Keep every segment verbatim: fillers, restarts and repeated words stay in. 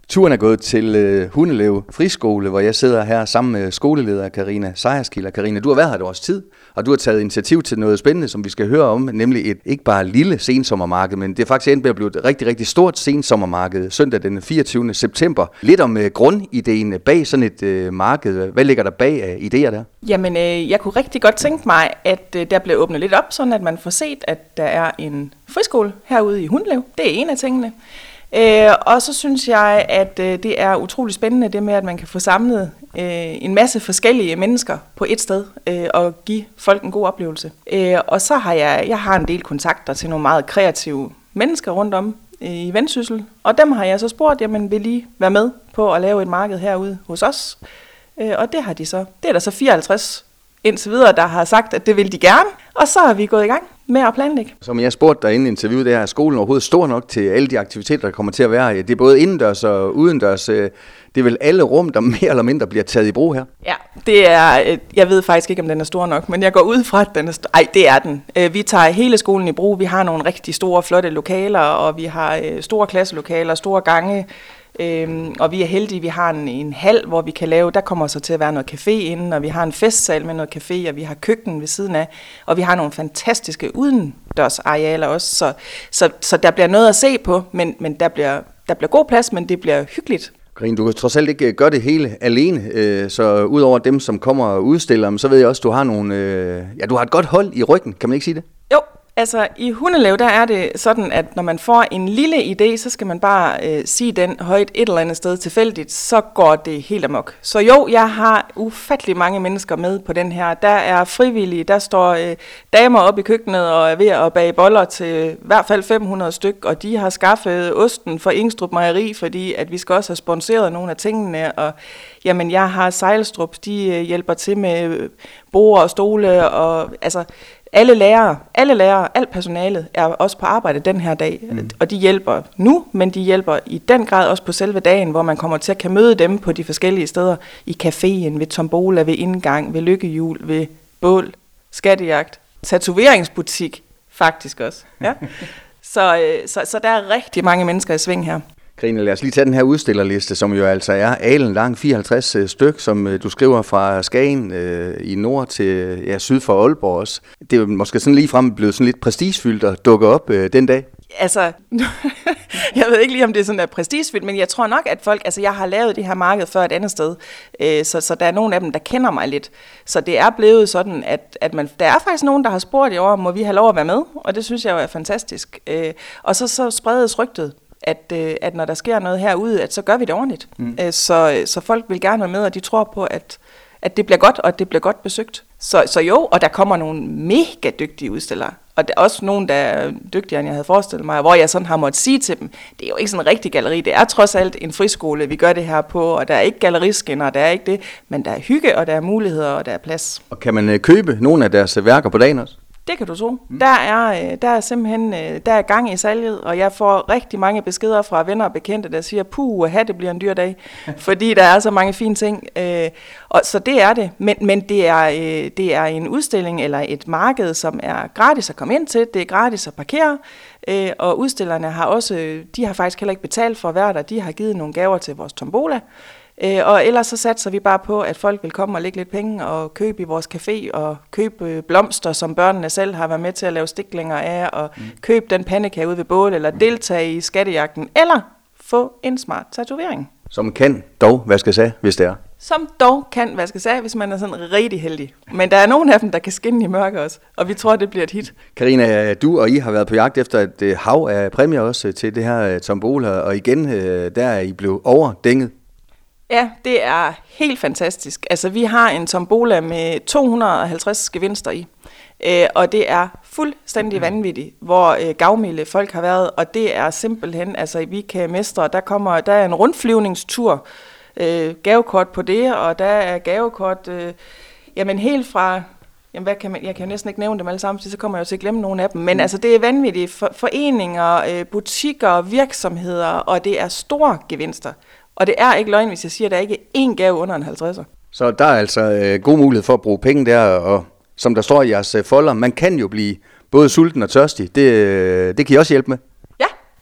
Turen er gået til øh, Hundelev Friskole, hvor jeg sidder her sammen med skoleleder Karina Sejerskilder. Karina, du har været her et års tid, og du har taget initiativ til noget spændende, som vi skal høre om, nemlig et ikke bare lille sensommermarked, men det er faktisk endt med at blive et rigtig, rigtig stort sensommermarked søndag den fireogtyvende september. Lidt om øh, grundideen bag sådan et øh, marked. Hvad ligger der bag af idéer der? Jamen, øh, jeg kunne rigtig godt tænke mig, at øh, der bliver åbnet lidt op, sådan at man får set, at der er en friskole herude i Hundelev. Det er en af tingene. Øh, og så synes jeg, at øh, det er utrolig spændende det med, at man kan få samlet øh, en masse forskellige mennesker på et sted øh, og give folk en god oplevelse. Øh, og så har jeg, jeg har en del kontakter til nogle meget kreative mennesker rundt om øh, i Vendsyssel, og dem har jeg så spurgt, jamen vil I være med på at lave et marked herude hos os? Øh, og det har de så. Det er der så fireoghalvtreds indtil videre, der har sagt, at det vil de gerne, og så er vi gået i gang med at planlægge. Som jeg spurgte dig inden interviewet, det er skolen overhovedet stor nok til alle de aktiviteter, der kommer til at være. Det er både indendørs og udendørs. Det er vel alle rum, der mere eller mindre bliver taget i brug her? Ja, det er, jeg ved faktisk ikke, om den er stor nok, men jeg går ud fra, at den er stor. Ej, det er den. Vi tager hele skolen i brug. Vi har nogle rigtig store, flotte lokaler, og vi har store klasselokaler, store gange. Øhm, og vi er heldige, vi har en, en hal, hvor vi kan lave, der kommer så til at være noget café inden, og vi har en festsal med noget café, og vi har køkken ved siden af, og vi har nogle fantastiske udendørsarealer også, så, så, så der bliver noget at se på, men, men der, bliver, der bliver god plads, men det bliver hyggeligt. Karine, du kan trods alt ikke gøre det hele alene, så udover dem, som kommer og udstiller, så ved jeg også, du har nogle, ja, du har et godt hold i ryggen, kan man ikke sige det? Jo. Altså i Hundelev, der er det sådan, at når man får en lille idé, så skal man bare øh, sige den højt et eller andet sted tilfældigt, så går det helt amok. Så jo, jeg har ufattelig mange mennesker med på den her. Der er frivillige, der står øh, damer op i køkkenet og er ved at bage boller til i hvert fald fem hundrede styk, og de har skaffet osten for Ingstrup Mejeri, fordi at vi skal også have sponsoreret nogle af tingene, og jamen jeg har Sejlstrup, de øh, hjælper til med bord og stole, og altså alle lærere, alle lærere, alt personalet er også på arbejde den her dag, mm. og de hjælper nu, men de hjælper i den grad også på selve dagen, hvor man kommer til at kan møde dem på de forskellige steder, i caféen, ved tombola, ved indgang, ved lykkehjul, ved bål, skattejagt, tatoveringsbutik faktisk også. Ja? så, så, så der er rigtig mange mennesker i sving her. Karina, lad os lige tage den her udstillerliste, som jo altså er alen lang, fireoghalvtreds styk, som du skriver fra Skagen øh, i nord til ja, syd for Aalborg også. Det er jo måske sådan lige frem blevet sådan lidt prestigefyldt at dukke op øh, den dag. Altså, jeg ved ikke lige, om det er sådan der prestigefyldt, men jeg tror nok, at folk, altså jeg har lavet det her marked før et andet sted, øh, så, så der er nogle af dem, der kender mig lidt. Så det er blevet sådan, at, at man, der er faktisk nogen, der har spurgt i år, må vi have lov at være med? Og det synes jeg jo er fantastisk. Øh, og så, så spredes rygtet. At, at når der sker noget herude, at så gør vi det ordentligt. Mm. Så, så folk vil gerne være med, og de tror på, at, at det bliver godt, og at det bliver godt besøgt. Så, så jo, og der kommer nogle mega dygtige udstillere. Og der er også nogen, der er dygtigere, end jeg havde forestillet mig, hvor jeg sådan har måttet sige til dem, det er jo ikke sådan en rigtig galleri, det er trods alt en friskole, vi gør det her på, og der er ikke galleriskinner, der er ikke det, men der er hygge, og der er muligheder, og der er plads. Og kan man købe nogle af deres værker på dagen også? Det kan du tro. Mm. Der, er, der er simpelthen der er gang i salget, og jeg får rigtig mange beskeder fra venner og bekendte, der siger, puh, det bliver en dyr dag, fordi der er så mange fine ting. Øh, og så det er det. Men, men det, er, øh, det er en udstilling eller et marked, som er gratis at komme ind til. Det er gratis at parkere, øh, og udstillerne har også, de har faktisk heller ikke betalt for at være der. De har givet nogle gaver til vores tombola. Øh, og ellers så satser vi bare på, at folk vil komme og lægge lidt penge og købe i vores café og købe blomster, som børnene selv har været med til at lave stiklinger af, og mm. købe den pandekage ude ved bålet, eller deltage i skattejagten, eller få en smart tatovering. Som kan dog vaskes af, hvis det er. Som dog kan vaskes af, hvis man er sådan rigtig heldig. Men der er nogle af dem, der kan skinne i mørke også, og vi tror, det bliver et hit. Karina, du og I har været på jagt efter et hav af præmier også til det her tombola, og igen, der er I blevet overdænget. Ja, det er helt fantastisk. Altså, vi har en tombola med to hundrede og halvtreds gevinster i, øh, og det er fuldstændig vanvittigt, hvor øh, gavmilde folk har været, og det er simpelthen, altså, vi kan mestre, der kommer, der er en rundflyvningstur, øh, gavekort på det, og der er gavekort, øh, jamen helt fra, jamen hvad kan man, jeg kan jo næsten ikke nævne dem alle sammen, så kommer jeg jo til at glemme nogle af dem, men mm. altså, det er vanvittigt, for, foreninger, øh, butikker, virksomheder, og det er store gevinster. Og det er ikke løgn, hvis jeg siger, at der ikke er én gave under en halvtredser. Så der er altså øh, god mulighed for at bruge penge der, og som der står i jeres øh, folder, man kan jo blive både sulten og tørstig. Det, øh, det kan I også hjælpe med. Ja,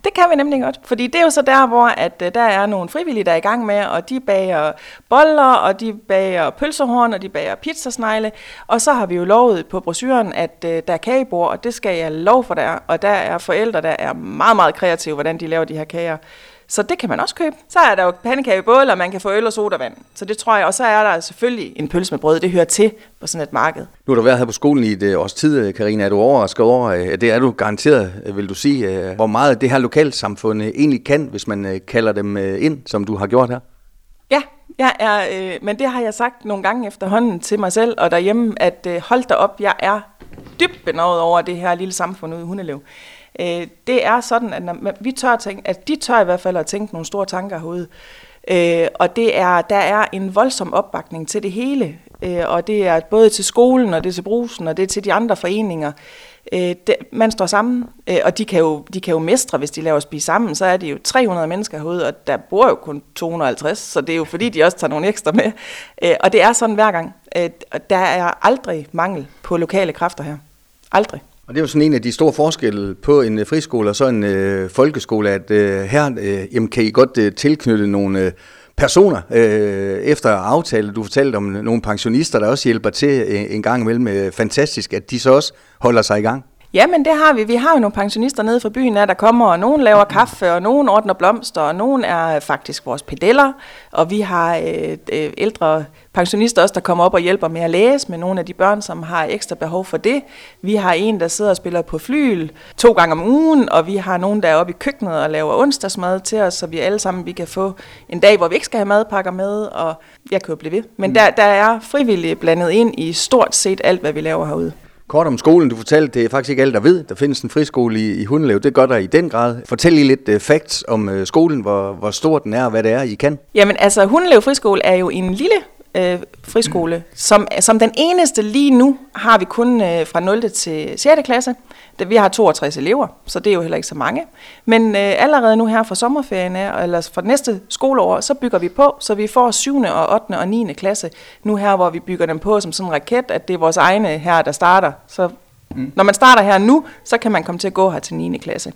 Det kan vi nemlig godt, fordi det er jo så der, hvor at, der er nogle frivillige, der er i gang med, og de bager boller, og de bager pølsehorn, og de bager pizzasnegle, og så har vi jo lovet på brochuren, at uh, der er kagebord, og det skal jeg love for der, og der er forældre, der er meget, meget kreative, hvordan de laver de her kager. Så det kan man også købe. Så er der jo pandekage i bål, og man kan få øl og sodavand. Så det tror jeg, og så er der selvfølgelig en pølse med brød, det hører til på sådan et marked. Nu har du været her på skolen i et års tid, Karina. Er du overrasket over, det er du garanteret, vil du sige, hvor meget det her lokalsamfund egentlig kan, hvis man kalder dem ind, som du har gjort her? Ja, jeg er, øh, men det har jeg sagt nogle gange efterhånden til mig selv og derhjemme, at øh, hold da op, jeg er dybt benovet over det her lille samfund ude i Hundelev. Øh, det er sådan, at når vi tør tænke, at de tør i hvert fald at tænke nogle store tanker herude. Øh, og det er, der er en voldsom opbakning til det hele. Øh, og det er både til skolen, og det er til Brugsen, og det er til de andre foreninger. Øh, det, man står sammen, øh, og de kan, jo, de kan jo mestre, hvis de laver spise sammen, så er det jo tre hundrede mennesker herude, og der bor jo kun to hundrede og halvtreds, så det er jo fordi, de også tager nogle ekstra med. Øh, og det er sådan hver gang. Øh, der er aldrig mangel på lokale kræfter her. Aldrig. Og det er jo sådan en af de store forskelle på en friskole og så en øh, folkeskole, at øh, her øh, jamen, kan I godt øh, tilknytte nogle øh, personer øh, efter aftale. Du fortalte om nogle pensionister, der også hjælper til øh, en gang imellem. Øh, fantastisk, at de så også holder sig i gang. Jamen det har vi. Vi har jo nogle pensionister nede fra byen, der kommer, og nogen laver kaffe, og nogen ordner blomster, og nogen er faktisk vores pedeller, og vi har øh, øh, ældre pensionister også, der kommer op og hjælper med at læse med nogle af de børn, som har ekstra behov for det. Vi har en, der sidder og spiller på flygel to gange om ugen, og vi har nogen, der er oppe i køkkenet og laver onsdagsmad til os, så vi alle sammen vi kan få en dag, hvor vi ikke skal have madpakker med, og jeg kan jo blive ved. Men mm. der, der er frivillige blandet ind i stort set alt, hvad vi laver herude. Kort om skolen, du fortalte, det er faktisk ikke alle, der ved. Der findes en friskole i, i Hundelev, det gør der i den grad. Fortæl lige lidt uh, facts om uh, skolen, hvor, hvor stor den er og hvad det er, I kan. Jamen altså, Hundelev Friskole er jo en lille øh, friskole. Som, som den eneste lige nu har vi kun øh, fra nul til sjette klasse. Vi har toogtres elever, så det er jo heller ikke så mange. Men øh, allerede nu her fra sommerferien, eller fra næste skoleår, så bygger vi på, så vi får syvende og ottende og niende klasse. Nu her, hvor vi bygger dem på som sådan en raket, at det er vores egne her, der starter. Så mm. når man starter her nu, så kan man komme til at gå her til niende klasse.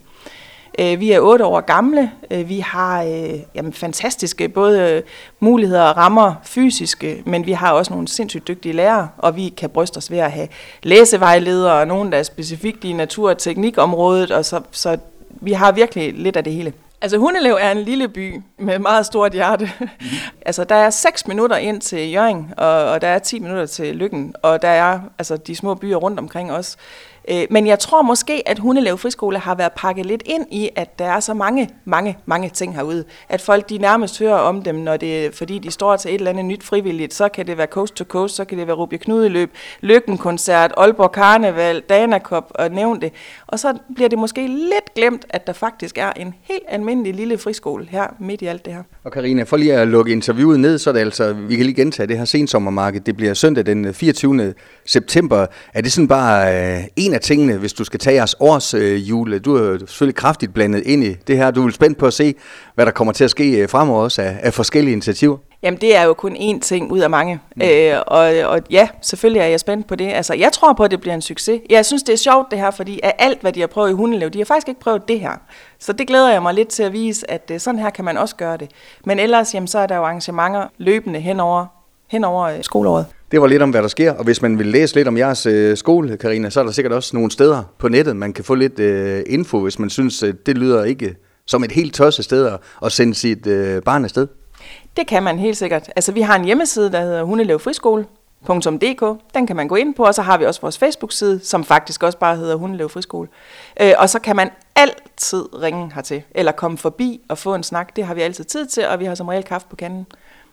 Vi er otte år gamle. Vi har øh, jamen, fantastiske både muligheder og rammer fysiske, men vi har også nogle sindssygt dygtige lærere, og vi kan bryste os ved at have læsevejledere og nogen, der er specifikt i natur- og teknikområdet, og så, så vi har virkelig lidt af det hele. Altså Hundelev er en lille by med meget stort hjerte. Mm. Altså der er seks minutter ind til Hjørring, og, og der er ti minutter til Løkken, og der er altså de små byer rundt omkring os. Men jeg tror måske, at Hundelev Friskole har været pakket lidt ind i, at der er så mange, mange, mange ting herude. At folk de nærmest hører om dem, når det, fordi de står til et eller andet nyt frivilligt. Så kan det være Coast to Coast, så kan det være Rubie Knudeløb, Løkken-koncert, Aalborg Karneval, Danakop og nævn det. Og så bliver det måske lidt glemt, at der faktisk er en helt almindelig lille friskole her midt i alt det her. Og Karina, for lige at lukke interviewet ned, så er det altså, vi kan lige gentage det her sensommermarked. Det bliver søndag den fireogtyvende september. Er det sådan bare øh, en af tingene, hvis du skal tage jeres års øh, jule? Du er selvfølgelig kraftigt blandet ind i det her. Du er vel spændt på at se, hvad der kommer til at ske øh, fremover også af, af forskellige initiativer? Jamen, det er jo kun én ting ud af mange. Mm. Øh, og, og ja, selvfølgelig er jeg spændt på det. Altså, jeg tror på, at det bliver en succes. Jeg synes, det er sjovt det her, fordi af alt, hvad de har prøvet i Hundelev, de har faktisk ikke prøvet det her. Så det glæder jeg mig lidt til at vise, at sådan her kan man også gøre det. Men ellers, jamen, så er der jo arrangementer løbende henover, henover skoleåret. Det var lidt om, hvad der sker, og hvis man vil læse lidt om jeres øh, skole, Karina, så er der sikkert også nogle steder på nettet, man kan få lidt øh, info, hvis man synes, øh, det lyder ikke som et helt tosset sted at, at sende sit øh, barn afsted. Det kan man helt sikkert. Altså, vi har en hjemmeside, der hedder hundelev friskole punktum d k. Den kan man gå ind på, og så har vi også vores Facebook-side, som faktisk også bare hedder Hundelev Friskole. Øh, og så kan man altid ringe hertil, eller komme forbi og få en snak. Det har vi altid tid til, og vi har som regel kaffe på kanden.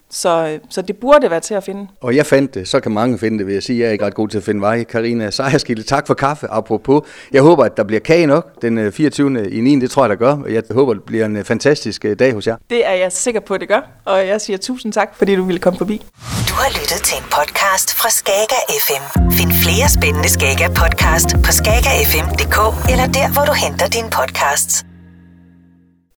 Så, så det burde være til at finde. Og jeg fandt det, så kan mange finde det, vil jeg sige. Jeg er ikke ret god til at finde vej. Karina Sejerskilde, tak for kaffe. Apropos, jeg håber, at der bliver kage nok den fireogtyvende i niende Det tror jeg, der gør. Jeg håber, det bliver en fantastisk dag hos jer. Det er jeg sikker på, at det gør. Og jeg siger tusind tak, fordi du ville komme forbi. Du har lyttet til en podcast fra Skager F M. Find flere spændende Skager podcast på skager f m punktum d k eller der, hvor du henter dine podcasts.